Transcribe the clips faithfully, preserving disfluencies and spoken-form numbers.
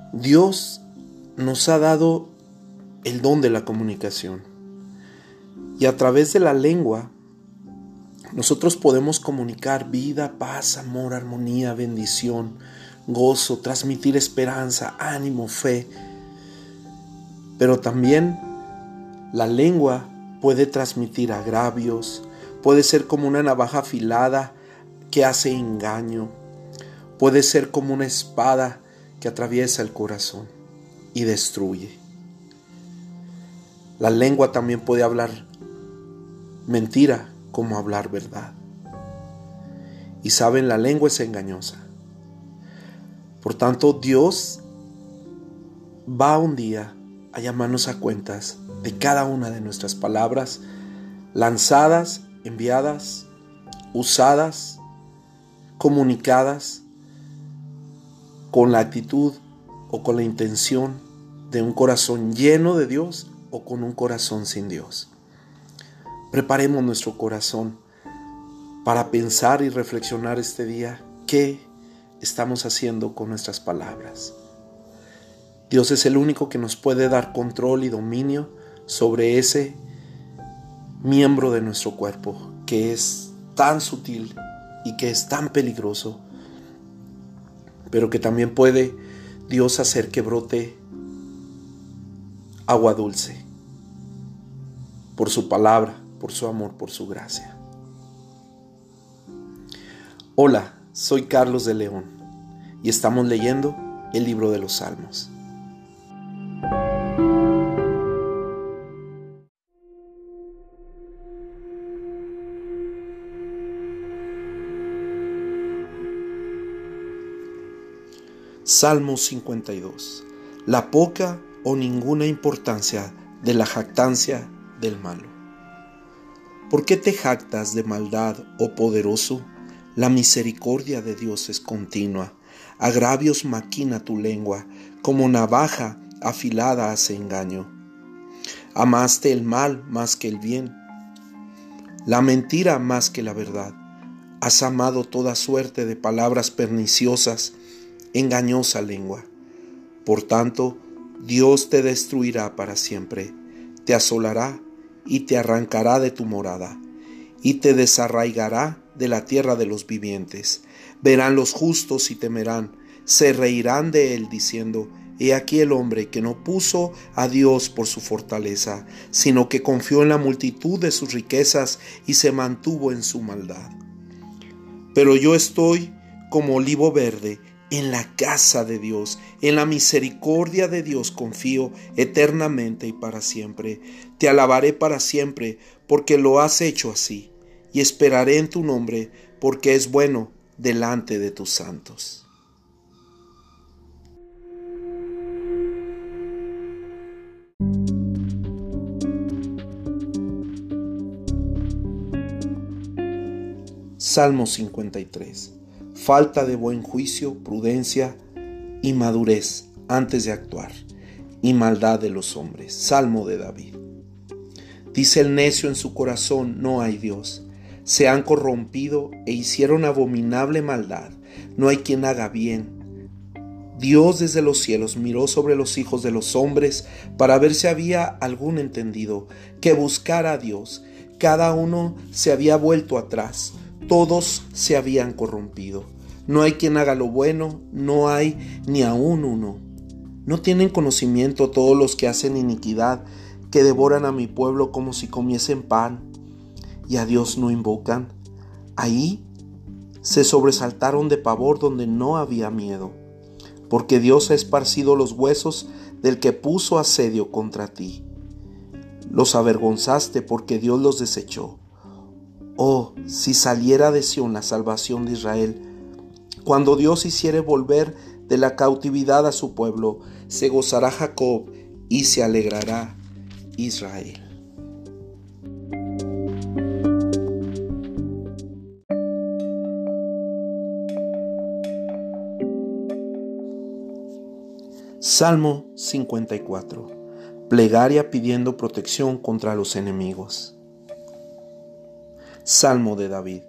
Dios nos ha dado el don de la comunicación. Y a través de la lengua, nosotros podemos comunicar vida, paz, amor, armonía, bendición, gozo, transmitir esperanza, ánimo, fe. Pero también la lengua puede transmitir agravios, puede ser como una navaja afilada que hace engaño, puede ser como una espada que atraviesa el corazón y destruye. La lengua también puede hablar mentira como hablar verdad. Y saben, la lengua es engañosa. Por tanto, Dios va un día a llamarnos a cuentas de cada una de nuestras palabras lanzadas, enviadas, usadas, comunicadas con la actitud o con la intención de un corazón lleno de Dios o con un corazón sin Dios. Preparemos nuestro corazón para pensar y reflexionar este día qué estamos haciendo con nuestras palabras. Dios es el único que nos puede dar control y dominio sobre ese miembro de nuestro cuerpo que es tan sutil y que es tan peligroso, pero que también puede Dios hacer que brote agua dulce por su palabra, por su amor, por su gracia. Hola, soy Carlos de León y estamos leyendo el libro de los Salmos. Salmo cincuenta y dos. La poca o ninguna importancia de la jactancia del malo. ¿Por qué te jactas de maldad, oh poderoso? La misericordia de Dios es continua. Agravios maquina tu lengua, como navaja afilada hace engaño. Amaste el mal más que el bien, la mentira más que la verdad. Has amado toda suerte de palabras perniciosas, engañosa lengua. Por tanto, Dios te destruirá para siempre, te asolará y te arrancará de tu morada, y te desarraigará de la tierra de los vivientes. Verán los justos y temerán, se reirán de él diciendo: he aquí el hombre que no puso a Dios por su fortaleza, sino que confió en la multitud de sus riquezas y se mantuvo en su maldad. Pero yo estoy como olivo verde en la casa de Dios, en la misericordia de Dios confío eternamente y para siempre. Te alabaré para siempre, porque lo has hecho así, y esperaré en tu nombre, porque es bueno delante de tus santos. Salmo cincuenta y tres. Falta de buen juicio, prudencia y madurez antes de actuar, y maldad de los hombres. Salmo de David. Dice el necio en su corazón: no hay Dios. Se han corrompido e hicieron abominable maldad. No hay quien haga bien. Dios desde los cielos miró sobre los hijos de los hombres para ver si había algún entendido que buscara a Dios. Cada uno se había vuelto atrás. Todos se habían corrompido. No hay quien haga lo bueno, no hay ni aún uno. ¿No tienen conocimiento todos los que hacen iniquidad, que devoran a mi pueblo como si comiesen pan, y a Dios no invocan? Ahí se sobresaltaron de pavor donde no había miedo, porque Dios ha esparcido los huesos del que puso asedio contra ti. Los avergonzaste porque Dios los desechó. Oh, si saliera de Sión la salvación de Israel. Cuando Dios hiciere volver de la cautividad a su pueblo, se gozará Jacob y se alegrará Israel. Salmo cincuenta y cuatro. Plegaria pidiendo protección contra los enemigos. Salmo de David.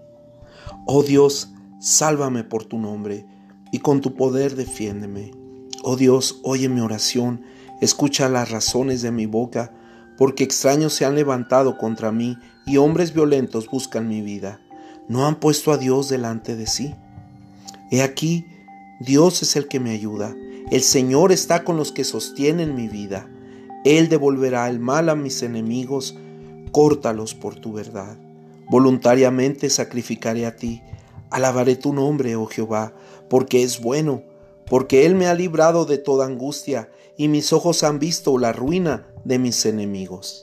Oh Dios, sálvame por tu nombre, y con tu poder defiéndeme. Oh Dios, oye mi oración, escucha las razones de mi boca, porque extraños se han levantado contra mí y hombres violentos buscan mi vida. ¿No han puesto a Dios delante de sí? He aquí, Dios es el que me ayuda. El Señor está con los que sostienen mi vida. Él devolverá el mal a mis enemigos, córtalos por tu verdad. Voluntariamente sacrificaré a ti. Alabaré tu nombre, oh Jehová, porque es bueno, porque Él me ha librado de toda angustia, y mis ojos han visto la ruina de mis enemigos.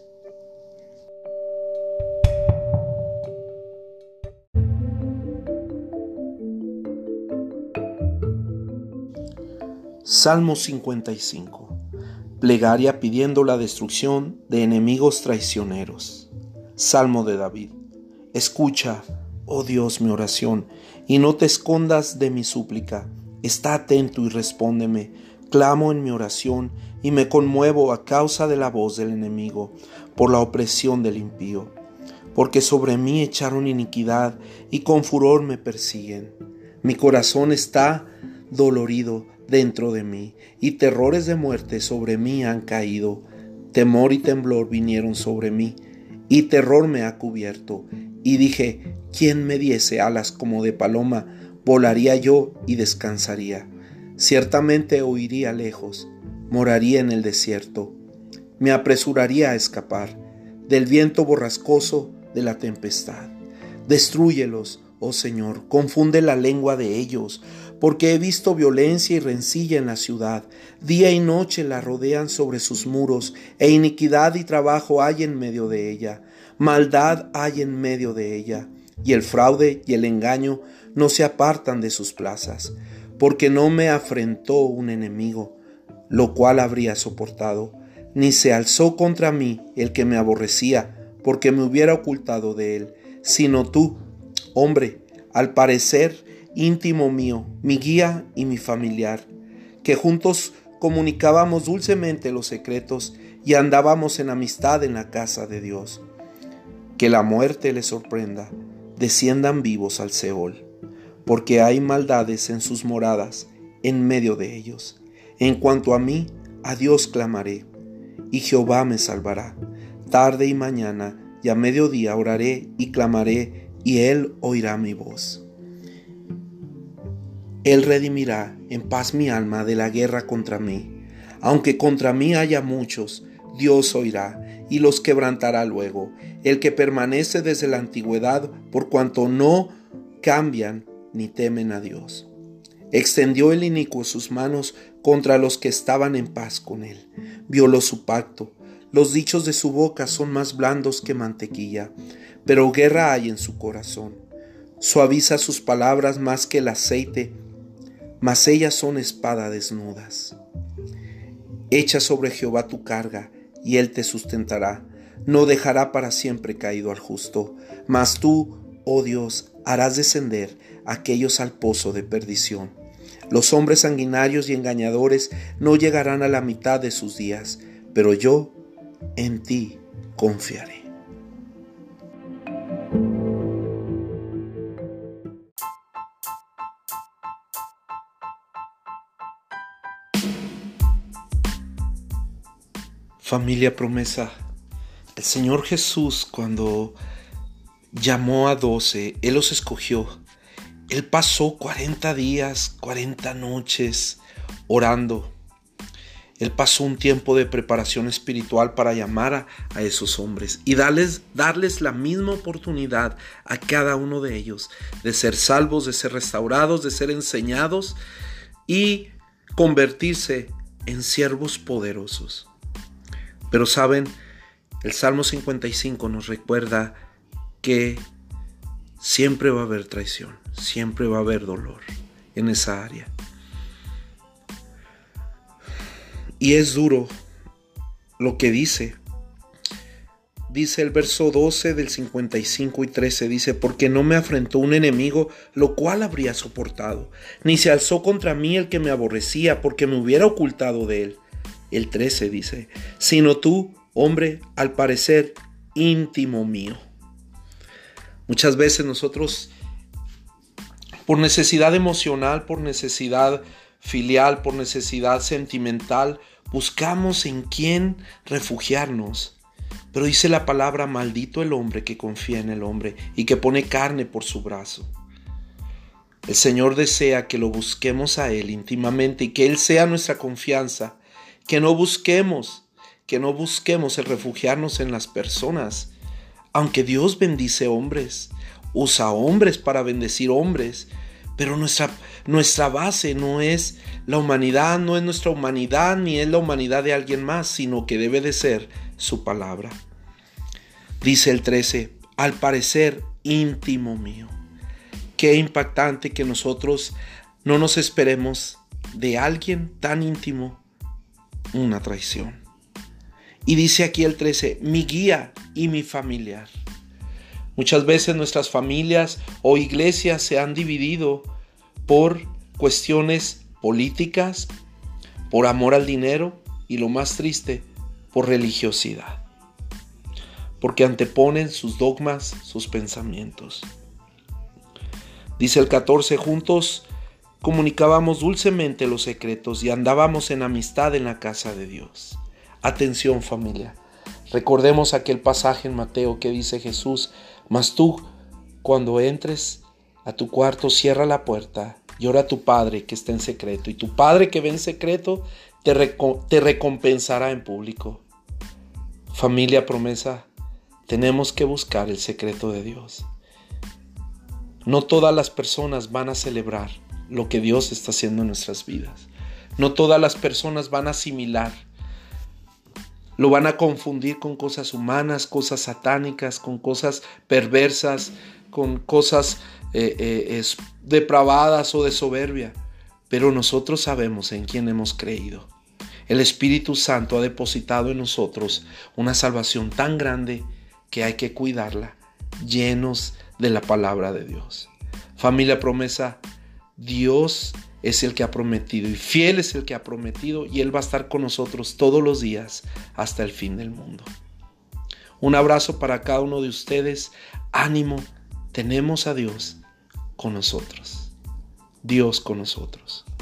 Salmo cincuenta y cinco. Plegaria pidiendo la destrucción de enemigos traicioneros. Salmo de David. Escucha, oh Dios, mi oración, y no te escondas de mi súplica. Está atento y respóndeme. Clamo en mi oración y me conmuevo a causa de la voz del enemigo, por la opresión del impío. Porque sobre mí echaron iniquidad y con furor me persiguen. Mi corazón está dolorido dentro de mí, y terrores de muerte sobre mí han caído. Temor y temblor vinieron sobre mí, y terror me ha cubierto. Y dije, ¿quién me diese alas como de paloma? Volaría yo y descansaría. Ciertamente huiría lejos, moraría en el desierto. Me apresuraría a escapar del viento borrascoso de la tempestad. Destrúyelos, oh Señor, confunde la lengua de ellos, porque he visto violencia y rencilla en la ciudad. Día y noche la rodean sobre sus muros, e iniquidad y trabajo hay en medio de ella. Maldad hay en medio de ella, y el fraude y el engaño no se apartan de sus plazas. Porque no me afrentó un enemigo, lo cual habría soportado, ni se alzó contra mí el que me aborrecía, porque me hubiera ocultado de él, sino tú, hombre, al parecer íntimo mío, mi guía y mi familiar, que juntos comunicábamos dulcemente los secretos y andábamos en amistad en la casa de Dios. Que la muerte les sorprenda, desciendan vivos al Seol, porque hay maldades en sus moradas, en medio de ellos. En cuanto a mí, a Dios clamaré, y Jehová me salvará. Tarde y mañana y a mediodía oraré y clamaré, y Él oirá mi voz. Él redimirá en paz mi alma de la guerra contra mí. Aunque contra mí haya muchos, Dios oirá y los quebrantará luego. El que permanece desde la antigüedad, por cuanto no cambian ni temen a Dios. Extendió el inicuo sus manos contra los que estaban en paz con él. Violó su pacto. Los dichos de su boca son más blandos que mantequilla, pero guerra hay en su corazón. Suaviza sus palabras más que el aceite, mas ellas son espada desnudas. Echa sobre Jehová tu carga, y él te sustentará. No dejará para siempre caído al justo, mas tú, oh Dios, harás descender a aquellos al pozo de perdición. Los hombres sanguinarios y engañadores no llegarán a la mitad de sus días, pero yo en ti confiaré. Familia Promesa, el Señor Jesús, cuando llamó a doce, Él los escogió. Él pasó cuarenta días, cuarenta noches orando. Él pasó un tiempo de preparación espiritual para llamar a, a esos hombres y darles, darles la misma oportunidad a cada uno de ellos de ser salvos, de ser restaurados, de ser enseñados y convertirse en siervos poderosos. Pero saben, el Salmo cincuenta y cinco nos recuerda que siempre va a haber traición, siempre va a haber dolor en esa área. Y es duro lo que dice. Dice el verso doce del cincuenta y cinco y trece, dice, porque no me afrentó un enemigo, lo cual habría soportado, ni se alzó contra mí el que me aborrecía, porque me hubiera ocultado de él. El trece dice, sino tú, hombre, al parecer íntimo mío. Muchas veces nosotros, por necesidad emocional, por necesidad filial, por necesidad sentimental, buscamos en quién refugiarnos. Pero dice la palabra: maldito el hombre que confía en el hombre y que pone carne por su brazo. El Señor desea que lo busquemos a Él íntimamente y que Él sea nuestra confianza, que no busquemos, que no busquemos el refugiarnos en las personas. Aunque Dios bendice hombres, usa hombres para bendecir hombres, pero nuestra, nuestra base no es la humanidad, no es nuestra humanidad ni es la humanidad de alguien más, sino que debe de ser su palabra. Dice el trece: al parecer íntimo mío. Qué impactante que nosotros no nos esperemos de alguien tan íntimo una traición. Y dice aquí el trece: mi guía y mi familiar. Muchas veces nuestras familias o iglesias se han dividido por cuestiones políticas, por amor al dinero y, lo más triste, por religiosidad. Porque anteponen sus dogmas, sus pensamientos. Dice el catorce: juntos comunicábamos dulcemente los secretos y andábamos en amistad en la casa de Dios. Atención, familia. Recordemos aquel pasaje en Mateo que dice Jesús: mas tú, cuando entres a tu cuarto, cierra la puerta y ora a tu Padre que está en secreto, y tu Padre que ve en secreto te, reco- te recompensará en público. Familia Promesa, tenemos que buscar el secreto de Dios. No todas las personas van a celebrar lo que Dios está haciendo en nuestras vidas. No todas las personas van a asimilar. Lo van a confundir con cosas humanas, cosas satánicas, con cosas perversas, con cosas eh, eh, es, depravadas o de soberbia. Pero nosotros sabemos en quién hemos creído. El Espíritu Santo ha depositado en nosotros una salvación tan grande que hay que cuidarla, llenos de la palabra de Dios. Familia Promesa, Dios es el que ha prometido y fiel es el que ha prometido, y Él va a estar con nosotros todos los días hasta el fin del mundo. Un abrazo para cada uno de ustedes. Ánimo, tenemos a Dios con nosotros. Dios con nosotros.